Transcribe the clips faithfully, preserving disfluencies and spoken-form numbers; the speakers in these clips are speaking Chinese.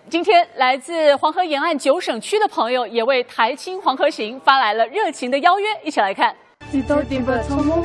今天，来自黄河沿岸九省区的朋友也为台青黄河行发来了热情的邀约，一起来看。 美丽的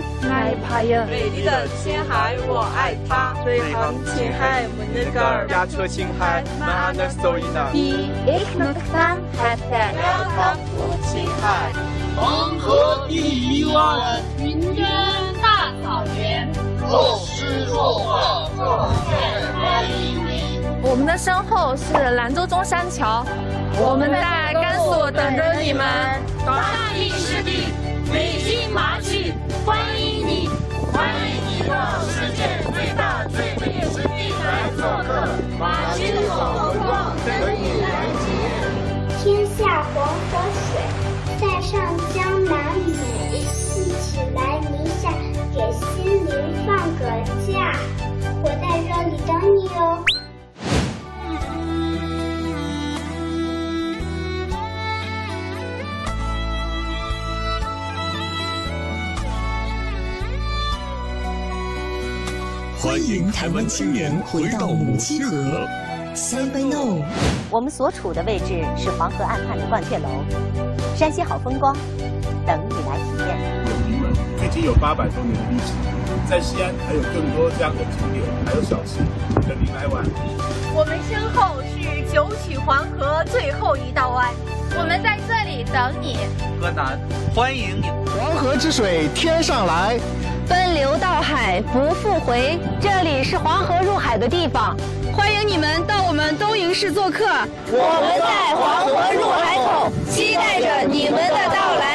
青海，我爱它。最好青海，我那个亚车青海，马那索伊娜。 比 ik nog van het welcome to 青海， 黄河第一湾， 云端大草原， 作诗作画，欢迎你。 我们的身后是兰州中山桥，我们在甘肃等着你们。 大力湿地，美金麻雀，欢迎你，欢迎你到世界最大最美湿地来做客，马金好逛等你来体验。 天下黄河水，塞上江南美，一起来宁夏，给心灵放个假，我在这里等你哦。 欢迎台湾青年回到母亲河。Say no。 我们所处的位置是黄河岸畔的鹳雀楼，山西好风光，等你来体验。 友谊们已经有八百多年的历史，在西安还有更多这样的景点，还有小吃等您来玩。 我们身后是九曲黄河最后一道湾， 我们在这里等你。 河南欢迎你， 黄河之水天上来。 奔流到海不复回，这里是黄河入海的地方， 欢迎你们到我们东营市做客。 我们在黄河入海口，期待着你们的到来。